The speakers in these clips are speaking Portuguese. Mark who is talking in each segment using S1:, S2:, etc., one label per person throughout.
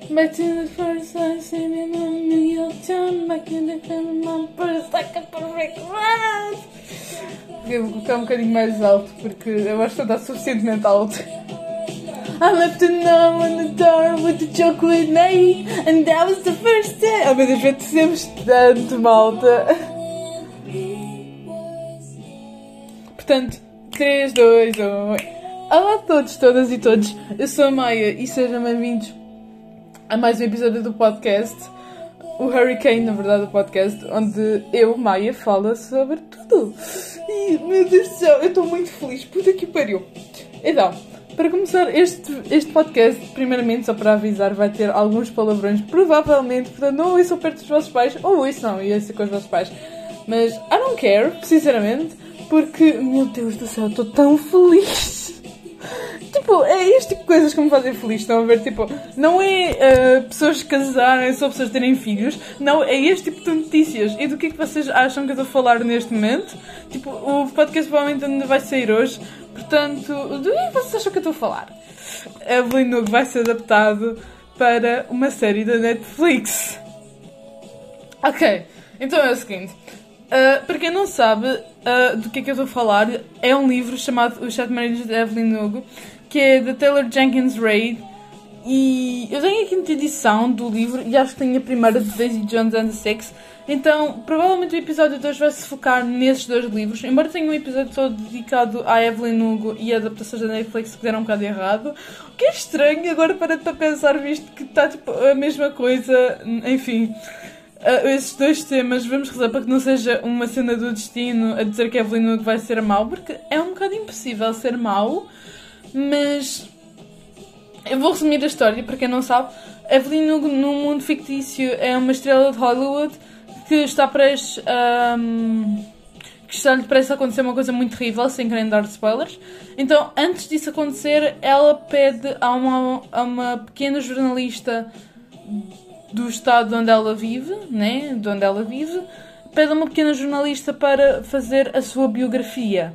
S1: Back to the first I seen him in New York Times. Back in the film, my first like a perfect run. Eu vou colocar um bocadinho mais alto, porque eu acho que está suficientemente alto. I left a note on the door with the joke with me, and that was the first day. Oh meu Deus, já dissemos tanto, malta. Portanto, 3, 2, 1. Olá a todos, todas e todos. Eu sou a Maia e sejam bem-vindos a mais um episódio do podcast. O Hurricane, na verdade, o podcast, onde eu, Maia, falo sobre tudo. E, meu Deus do céu, eu estou muito feliz. Puta que pariu. Então, para começar este podcast, primeiramente, só para avisar, vai ter alguns palavrões, provavelmente, portanto, não ouçam perto dos vossos pais, ou isso não, ia ser com os vossos pais. Mas, I don't care, sinceramente, porque, meu Deus do céu, estou tão feliz. Tipo, é este tipo de coisas que me fazem feliz, estão a ver? Tipo, não é pessoas casarem-se ou pessoas terem filhos, não, é este tipo de notícias. E do que é que vocês acham que eu estou a falar neste momento? Tipo, o podcast provavelmente ainda vai sair hoje, portanto, do que é que vocês acham que eu estou a falar? Evelyn Hugo vai ser adaptado para uma série da Netflix. Ok, então é o seguinte. Para quem não sabe do que é que eu estou a falar, é um livro chamado Os Sete Maridos de Evelyn Hugo, que é da Taylor Jenkins Reid, e eu tenho aqui a quinta edição do livro e acho que tenho a primeira de Daisy Jones and the Six, então provavelmente o episódio de hoje vai se focar nesses dois livros, embora tenha um episódio todo dedicado à Evelyn Hugo e a adaptações da Netflix que deram um bocado errado, o que é estranho agora para pensar, visto que está tipo a mesma coisa, enfim. Esses dois temas, vamos rezar para que não seja uma cena do destino a dizer que a Evelyn Hugo vai ser mau, porque é um bocado impossível ser mau, mas eu vou resumir a história para quem não sabe. Evelyn Hugo, num mundo fictício, é uma estrela de Hollywood que está prestes que está-lhe prestes a acontecer uma coisa muito terrível, sem querer dar spoilers. Então, antes disso acontecer, ela pede a uma pequena jornalista do estado onde ela vive, né? De onde ela vive, pede a uma pequena jornalista para fazer a sua biografia.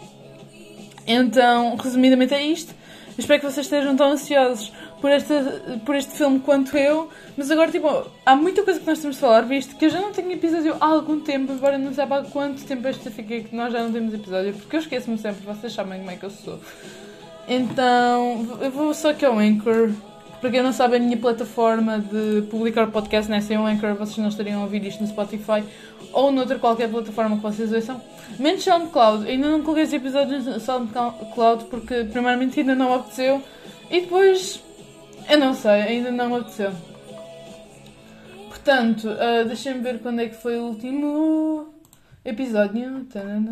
S1: Então, resumidamente é isto. Espero que vocês estejam tão ansiosos por este filme quanto eu. Mas agora, tipo, há muita coisa que nós temos de falar, visto que eu já não tenho episódio há algum tempo, embora não saiba há quanto tempo eu fiquei que nós já não temos episódio, porque eu esqueço-me sempre, vocês sabem como é que eu sou. Então, eu vou só aqui ao Anchor. Para quem não sabe, a minha plataforma de publicar podcast, né? Sem o Anchor, vocês não estariam a ouvir isto no Spotify ou noutra qualquer plataforma que vocês ouçam. Menos SoundCloud. Ainda não coloquei esse episódio no SoundCloud porque, primeiramente, ainda não apeteceu. E depois, eu não sei, ainda não apeteceu. Portanto, deixem-me ver quando é que foi o último episódio.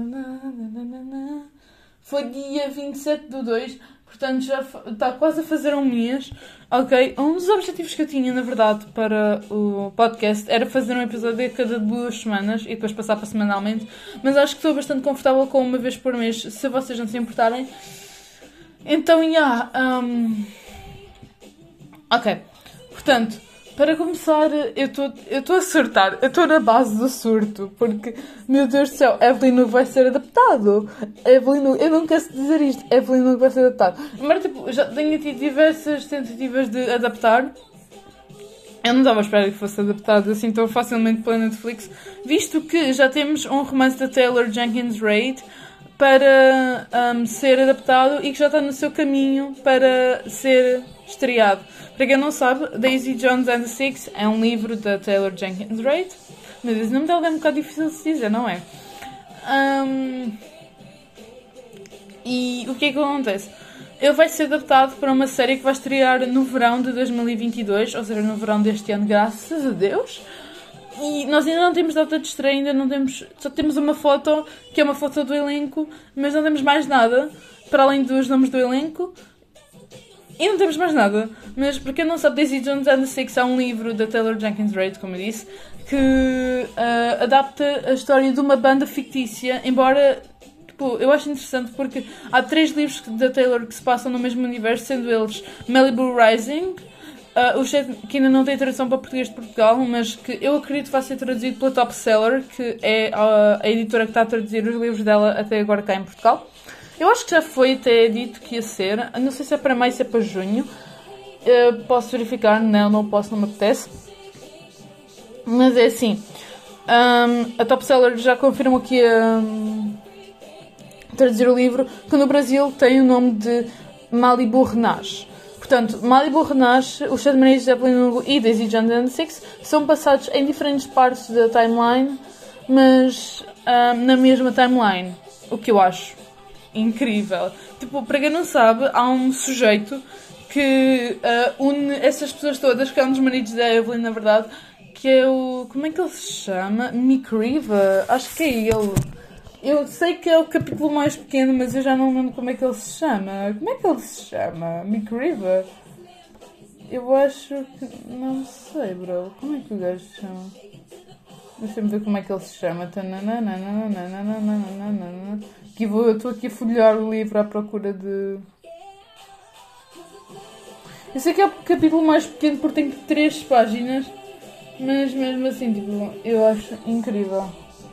S1: Foi dia 27/2. Portanto, já está quase a fazer um mês. Ok, um dos objetivos que eu tinha, na verdade, para o podcast era fazer um episódio a cada 2 semanas e depois passar para semanalmente. Mas acho que estou bastante confortável com uma vez por mês, se vocês não se importarem. Então, ok, portanto, para começar, eu estou a surtar. Eu estou na base do surto. Porque, meu Deus do céu, Evelyn Hugo vai ser adaptado. Evelyn Hugo, eu não quero dizer isto. Evelyn Hugo vai ser adaptado. Mas, tipo, já tenho tido diversas tentativas de adaptar. Eu não estava a esperar que fosse adaptado assim tão facilmente pela Netflix. Visto que já temos um romance da Taylor Jenkins Reid para ser adaptado e que já está no seu caminho para ser estreado. Para quem não sabe, Daisy Jones and the Six é um livro da Taylor Jenkins Reid. Meu Deus, o nome dela é um bocado difícil de se dizer, não é? E o que é que acontece? Ele vai ser adaptado para uma série que vai estrear no verão de 2022, ou seja, no verão deste ano, graças a Deus. E nós ainda não temos data de estreia, ainda não temos... Só temos uma foto, que é uma foto do elenco, mas não temos mais nada, para além dos nomes do elenco. E não temos mais nada. Mas, para quem não sabe, Daisy Jones and the Six é um livro da Taylor Jenkins Reid, como eu disse, que adapta a história de uma banda fictícia, embora... Tipo, eu acho interessante porque há 3 livros da Taylor que se passam no mesmo universo, sendo eles Malibu Rising, o que ainda não tem tradução para português de Portugal, mas que eu acredito que vai ser traduzido pela Top Seller, que é a editora que está a traduzir os livros dela até agora cá em Portugal. Eu acho que já foi até dito que ia ser, não sei se é para maio, se é para junho. Posso verificar, não posso, não me apetece. Mas é assim, a Top Seller já confirmou que traduzir o livro, que no Brasil tem o nome de Malibu Renasce. Portanto, Malibu Renasce, Os Sete Maridos de Evelyn Hugo e Daisy Jones and the Six são passados em diferentes partes da timeline, mas na mesma timeline, o que eu acho incrível. Tipo, para quem não sabe, há um sujeito que une essas pessoas todas, que é um dos maridos da Evelyn, na verdade, que é o... como é que ele se chama? Mick Riva? Acho que é ele. Eu sei que é o capítulo mais pequeno, mas eu já não lembro como é que ele se chama. Como é que ele se chama? Mick Riva? Eu acho que... não sei, bro. Como é que o gajo se chama? Deixa-me ver como é que ele se chama. Eu estou aqui a folhear o livro à procura de... Eu sei que é o capítulo mais pequeno porque tem 3 páginas, mas mesmo assim, tipo, eu acho incrível.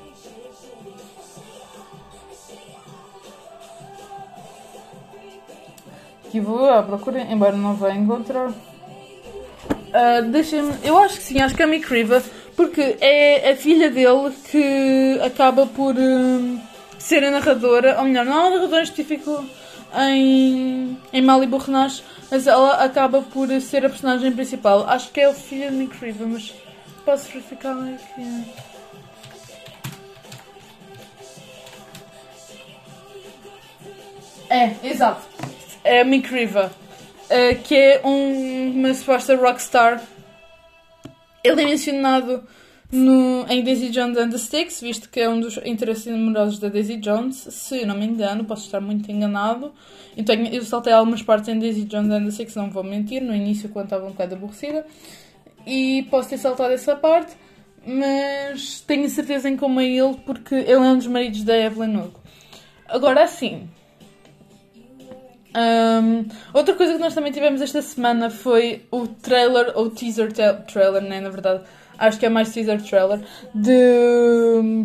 S1: Aqui vou à procura, embora não vá encontrar. Deixem-me... eu acho que sim, acho que é a Mick Riva, porque é a filha dele que acaba por ser a narradora, ou melhor, não é uma narradora específica em Malibu Renasce, mas ela acaba por ser a personagem principal. Acho que é a filha de Mick Riva, mas posso verificar aqui. Exato. É a Mick Riva, que é uma suposta rockstar. Ele é mencionado em Daisy Jones and the Six, visto que é um dos interesses amorosos da Daisy Jones, se eu não me engano, posso estar muito enganado. Então, eu saltei algumas partes em Daisy Jones and the Six, não vou mentir, no início quando estava um bocado aborrecida, e posso ter saltado essa parte, mas tenho certeza em como é ele, porque ele é um dos maridos da Evelyn Hugo. Agora, assim... outra coisa que nós também tivemos esta semana foi o trailer, ou teaser trailer, né, na verdade, acho que é mais teaser trailer, de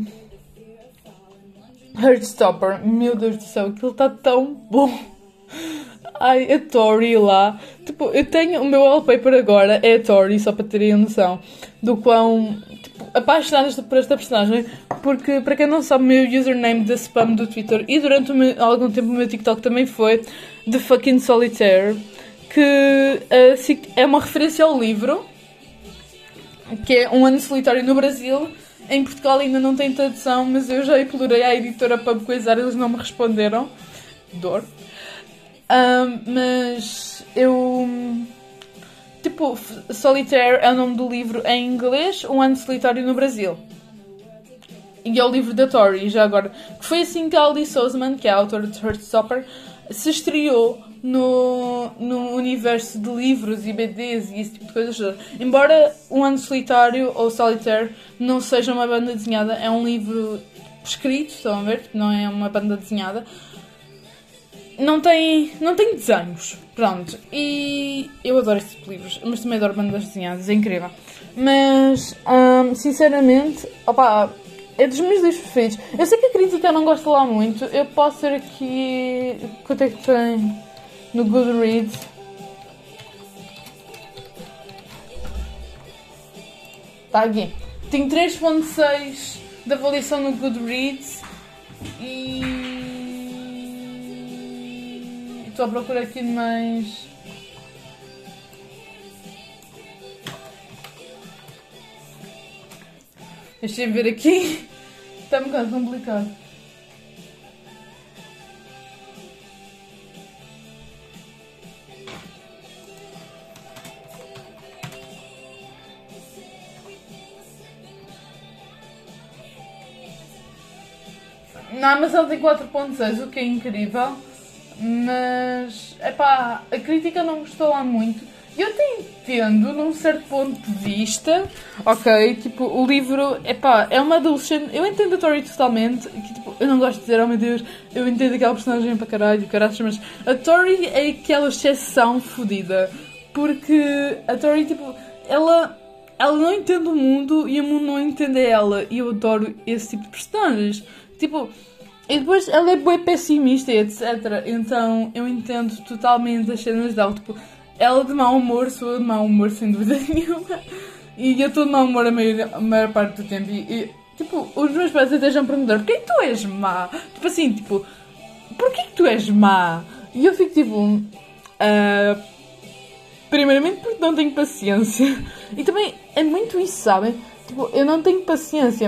S1: Heartstopper. Meu Deus do céu, aquilo está tão bom. Ai, a Tori lá. Tipo, eu tenho o meu wallpaper agora, é a Tori, só para terem a noção do quão apaixonada estou por esta personagem, porque, para quem não sabe, o meu username da spam do Twitter e durante algum tempo o meu TikTok também foi The Fucking Solitaire, que é uma referência ao livro, que é Um Ano Solitário no Brasil. Em Portugal ainda não tem tradução, mas eu já implorei à editora para me coisar, eles não me responderam. Dor. Mas eu... tipo, Solitaire é o nome do livro em inglês, Um Ano Solitário no Brasil. E é o livro da Tori, já agora. Que foi assim que a Alice Oseman, que é a autora de Heartstopper, se estreou no universo de livros e BDs e esse tipo de coisas. Embora Um Ano Solitário ou Solitaire não seja uma banda desenhada, é um livro escrito, estão a ver? Não é uma banda desenhada. Não tem desenhos, pronto. E eu adoro esse tipo de livros, mas também adoro bandas desenhadas, é incrível. Mas, sinceramente, opa, é dos meus livros preferidos. Eu sei que a crítica não gosta lá muito. Eu posso ter aqui... quanto é que tem no Goodreads? Está aqui. Tenho 3.6 de avaliação no Goodreads. E... estou a procurar aqui mais... deixem ver aqui. Está um bocado complicado. Na Amazon tem 4.6, o que é incrível. Mas, epá, a crítica não gostou lá muito. Eu até entendo, num certo ponto de vista, ok, tipo, o livro, epá, é uma adolescente, eu entendo a Tori totalmente, que, tipo, eu não gosto de dizer, oh meu Deus, eu entendo aquela personagem para caralho, mas a Tori é aquela exceção fodida, porque a Tori, tipo, ela não entende o mundo e o mundo não entende ela, e eu adoro esse tipo de personagens, tipo... E depois ela é bem pessimista e etc. Então eu entendo totalmente as cenas dela. Tipo, ela de mau humor, sou eu de mau humor, sem dúvida nenhuma. E eu estou de mau humor a maior parte do tempo. E, tipo, os meus pais até já me perguntaram: porquê que tu és má? Tipo assim, tipo, porquê que tu és má? E eu fico tipo... primeiramente porque não tenho paciência. E também é muito isso, sabem? Tipo, eu não tenho paciência.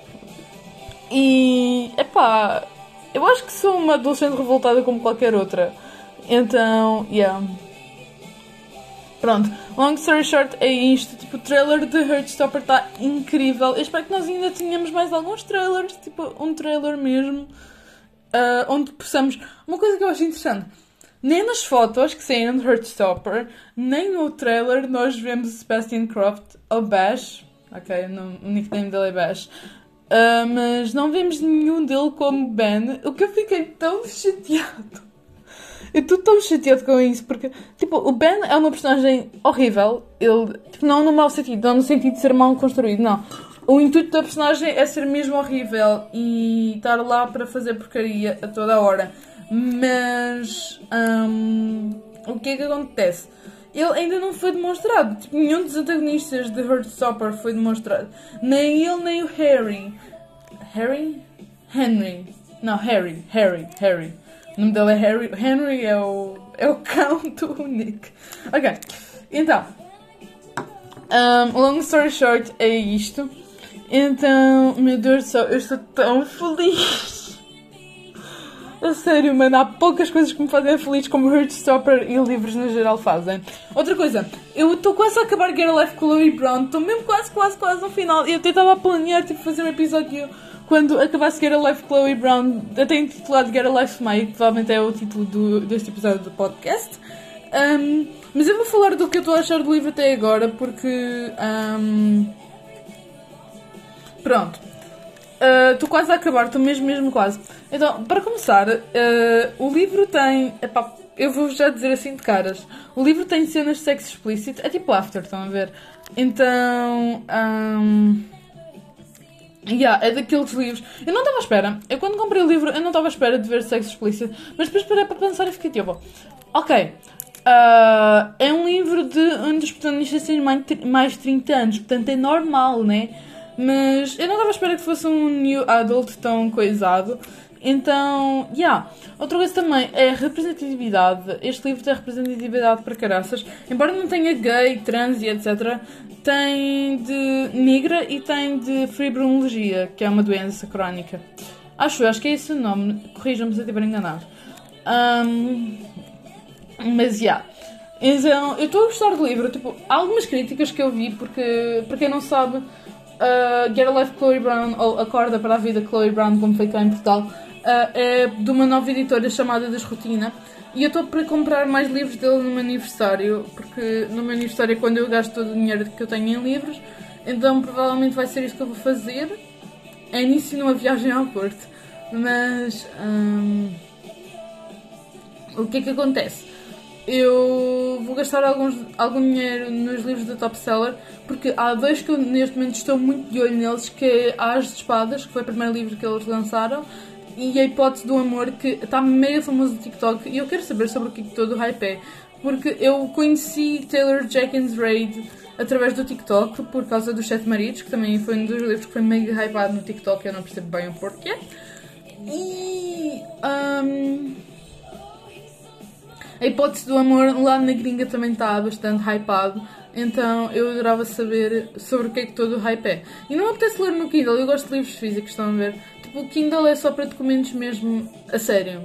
S1: E, epá, eu acho que sou uma adolescente revoltada como qualquer outra. Então, yeah. Pronto, long story short é isto. Tipo, o trailer de Heartstopper está incrível. Eu espero que nós ainda tenhamos mais alguns trailers. Tipo, um trailer mesmo. Onde possamos... Uma coisa que eu acho interessante. Nem nas fotos que saíram de Heartstopper, nem no trailer nós vemos Sebastian Croft ou Bash. Ok, o nickname dele é Bash. Mas não vemos nenhum dele como Ben. O que eu fiquei tão chateado. Eu estou tão chateado com isso, porque, tipo, o Ben é uma personagem horrível. Ele, tipo, não no mau sentido, não no sentido de ser mal construído, não. O intuito da personagem é ser mesmo horrível e estar lá para fazer porcaria a toda a hora. Mas, o que é que acontece? Ele ainda não foi demonstrado. Tipo, nenhum dos antagonistas de Heartstopper foi demonstrado. Nem ele, nem o Harry. Harry? Henry. Não, Harry. O nome dele é Harry. Henry é o cão do Nick. Ok. Então. Long story short é isto. Então, meu Deus do céu, eu estou tão feliz. A sério, mano, há poucas coisas que me fazem feliz como Heartstopper e livros no geral fazem. Outra coisa, eu estou quase a acabar Get a Life Chloe Brown. Estou mesmo quase no final. Eu até estava a planear tipo, fazer um episódio quando acabasse Get a Life Chloe Brown. Até intitulado Get a Life May, que provavelmente é o título deste episódio do podcast. Mas eu vou falar do que eu estou a achar do livro até agora, porque... pronto. Estou quase a acabar, estou mesmo quase. Então, para começar, o livro tem... Epá, eu vou já dizer assim de caras. O livro tem cenas de sexo explícito. É tipo After, estão a ver? Então... é daqueles livros... Eu não estava à espera. Eu quando comprei o livro, eu não estava à espera de ver sexo explícito. Mas depois parei para pensar e fiquei tipo... Ok. É um livro de um dos protagonistas tem mais de 30 anos. Portanto, é normal, né? Mas eu não estava à espera que fosse um new adult tão coisado. Então, outra coisa também é representatividade. Este livro tem representatividade para caraças. Embora não tenha gay, trans e etc. Tem de negra e tem de fibromialgia, que é uma doença crónica. Acho que é esse o nome. Corrijam-me se eu estiver enganado. Mas, Então, eu estou a gostar do livro. Tipo, há algumas críticas que eu vi, porque, para quem não sabe... Get a Life Chloe Brown, ou Acorda para a Vida Chloe Brown, como foi cá em Portugal, é de uma nova editora chamada Desrotina. E eu estou para comprar mais livros dele no meu aniversário, porque no meu aniversário é quando eu gasto todo o dinheiro que eu tenho em livros. Então provavelmente vai ser isto que eu vou fazer. É início numa viagem ao Porto. Mas o que é que acontece? Eu vou gastar algum dinheiro nos livros da Top Seller, porque há dois que eu neste momento estou muito de olho neles, que é A As de Espadas, que foi o primeiro livro que eles lançaram, e A Hipótese do Amor, que está meio famoso no TikTok, e eu quero saber sobre o que todo o hype é, porque eu conheci Taylor Jenkins Reid através do TikTok, por causa dos Sete Maridos, que também foi um dos livros que foi meio hypado no TikTok, eu não percebo bem o porquê. E... A Hipótese do Amor lá na gringa também está bastante hypado, então eu adorava saber sobre o que é que todo o hype é. E não me apetece ler no Kindle, eu gosto de livros físicos, estão a ver? Tipo, o Kindle é só para documentos mesmo a sério.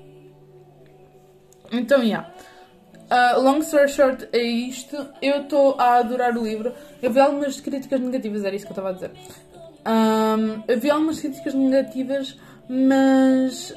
S1: Então, long story short é isto. Eu estou a adorar o livro. Eu vi algumas críticas negativas, era isso que eu estava a dizer. Eu vi algumas críticas negativas, mas...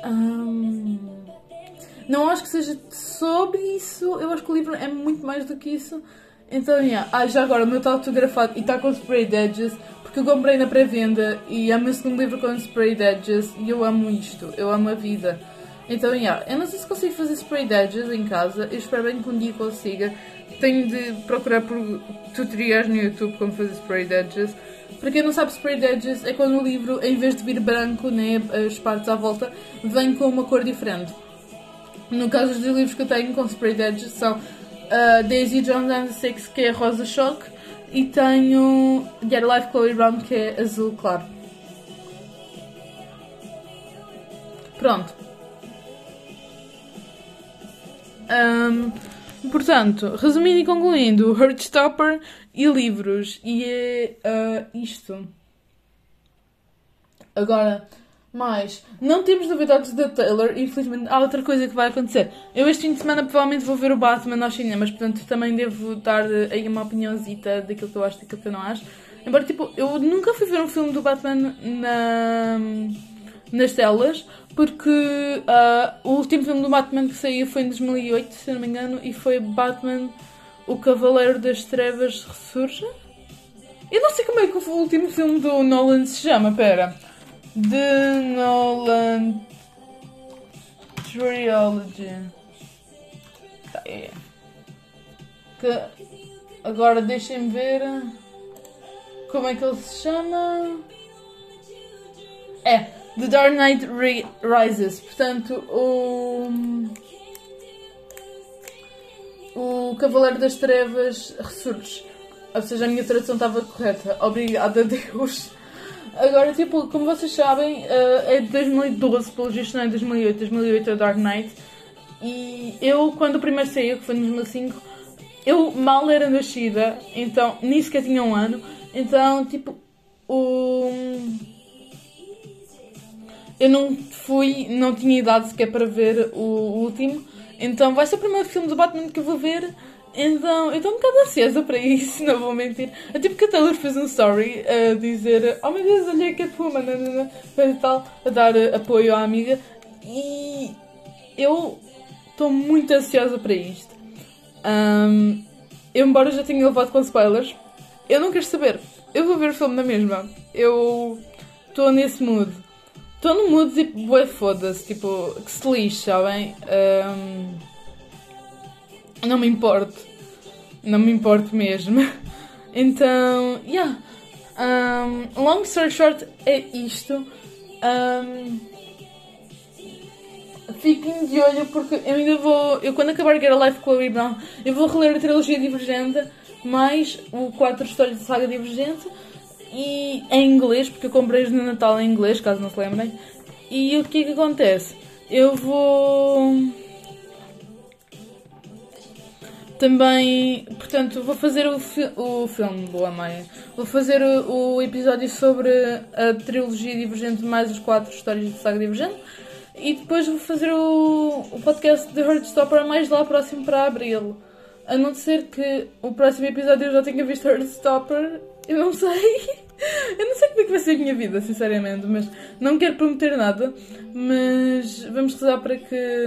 S1: não acho que seja sobre isso. Eu acho que o livro é muito mais do que isso. Então, já agora, o meu está autografado e está com sprayed edges, porque eu comprei na pré-venda e é o meu segundo livro com sprayed edges e eu amo isto. Eu amo a vida. Então, eu não sei se consigo fazer sprayed edges em casa. Eu espero bem que um dia consiga. Tenho de procurar por tutoriais no YouTube como fazer sprayed edges. Para quem não sabe, sprayed edges é quando o livro, em vez de vir branco, né, as partes à volta, vem com uma cor diferente. No caso dos livros que eu tenho com sprayed edges são Daisy Jones and the Six, que é rosa choque, e tenho Get a Life Chloe Brown, que é azul claro. Pronto. Portanto, resumindo e concluindo, Heartstopper e livros, e é isto. Agora, mais, não temos novidades da Taylor, e infelizmente há outra coisa que vai acontecer. Eu este fim de semana provavelmente vou ver o Batman aos cinemas, portanto também devo dar aí uma opiniãozita daquilo que eu acho e daquilo que eu não acho. Embora, tipo, eu nunca fui ver um filme do Batman nas telas, porque o último filme do Batman que saiu foi em 2008, se não me engano, e foi Batman, o Cavaleiro das Trevas Ressurge. Eu não sei como é que o último filme do Nolan se chama, pera. The Nolan Trilogy. Que agora deixem-me ver como é que ele se chama. É The Dark Knight Rises. Portanto, o Cavaleiro das Trevas ressurge. Ou seja, a minha tradução estava correta. Obrigada a Deus. Agora, tipo, como vocês sabem, é de 2012, pelo visto não é 2008. 2008 é o Dark Knight. E eu, quando o primeiro saiu, que foi em 2005, eu mal era nascida. Então, nem sequer tinha um ano. Então, tipo, eu não tinha idade sequer para ver o último. Então vai ser o primeiro filme do Batman que eu vou ver. Então eu estou um bocado ansiosa para isso, não vou mentir. Até porque a Taylor fez um story a dizer: oh meu Deus, olha que Catwoman, e tal, a dar apoio à amiga. E eu estou muito ansiosa para isto. Embora eu já tenha levado com spoilers, eu não quero saber. Eu vou ver o filme na mesma. Eu estou nesse mood. Estou no mood tipo, bué foda-se, tipo, que se lixe, sabem? Não me importo. Não me importo mesmo. Então, yeah. Long story short, é isto. Fiquem de olho porque eu ainda vou... Eu quando acabar Get a Life com a Chloe Brown, eu vou reler a trilogia Divergente, mais o 4 histórias da saga Divergente. E em inglês, porque eu comprei-os no Natal em inglês, caso não se lembrem. E o que é que acontece? Eu vou... Também, portanto, vou fazer o filme, boa Maia. Vou fazer o episódio sobre a trilogia Divergente mais as 4 histórias da saga Divergente. E depois vou fazer o podcast de Heartstopper mais lá próximo para abril. A não ser que o próximo episódio eu já tenha visto Heartstopper. Eu não sei. Eu não sei como é que vai ser a minha vida, sinceramente. Mas não quero prometer nada. Mas vamos rezar para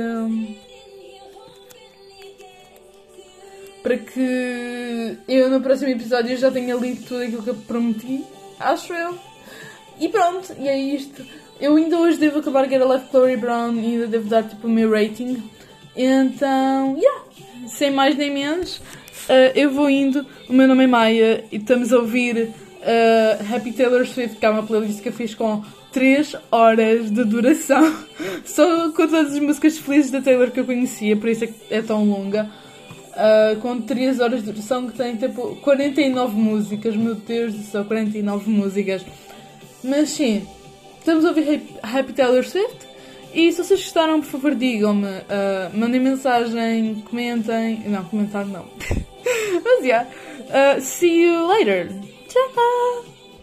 S1: que eu no próximo episódio já tenha lido tudo aquilo que eu prometi. Acho eu. E pronto, e é isto. Eu ainda hoje devo acabar Get a Life Chloe Brown e ainda devo dar tipo o meu rating. Então, yeah. Sem mais nem menos, eu vou indo. O meu nome é Maia e estamos a ouvir Happy Taylor Swift, que é uma playlist que eu fiz com 3 horas de duração. Só com todas as músicas felizes da Taylor que eu conhecia, por isso é tão longa. Com 3 horas de duração, que tem tipo 49 músicas. Meu Deus do céu, 49 músicas. Mas sim, estamos a ouvir Happy Taylor Swift. E se vocês gostaram, por favor, digam-me, mandem mensagem, comentem. Não, comentar não. Mas yeah, see you later. Tchau!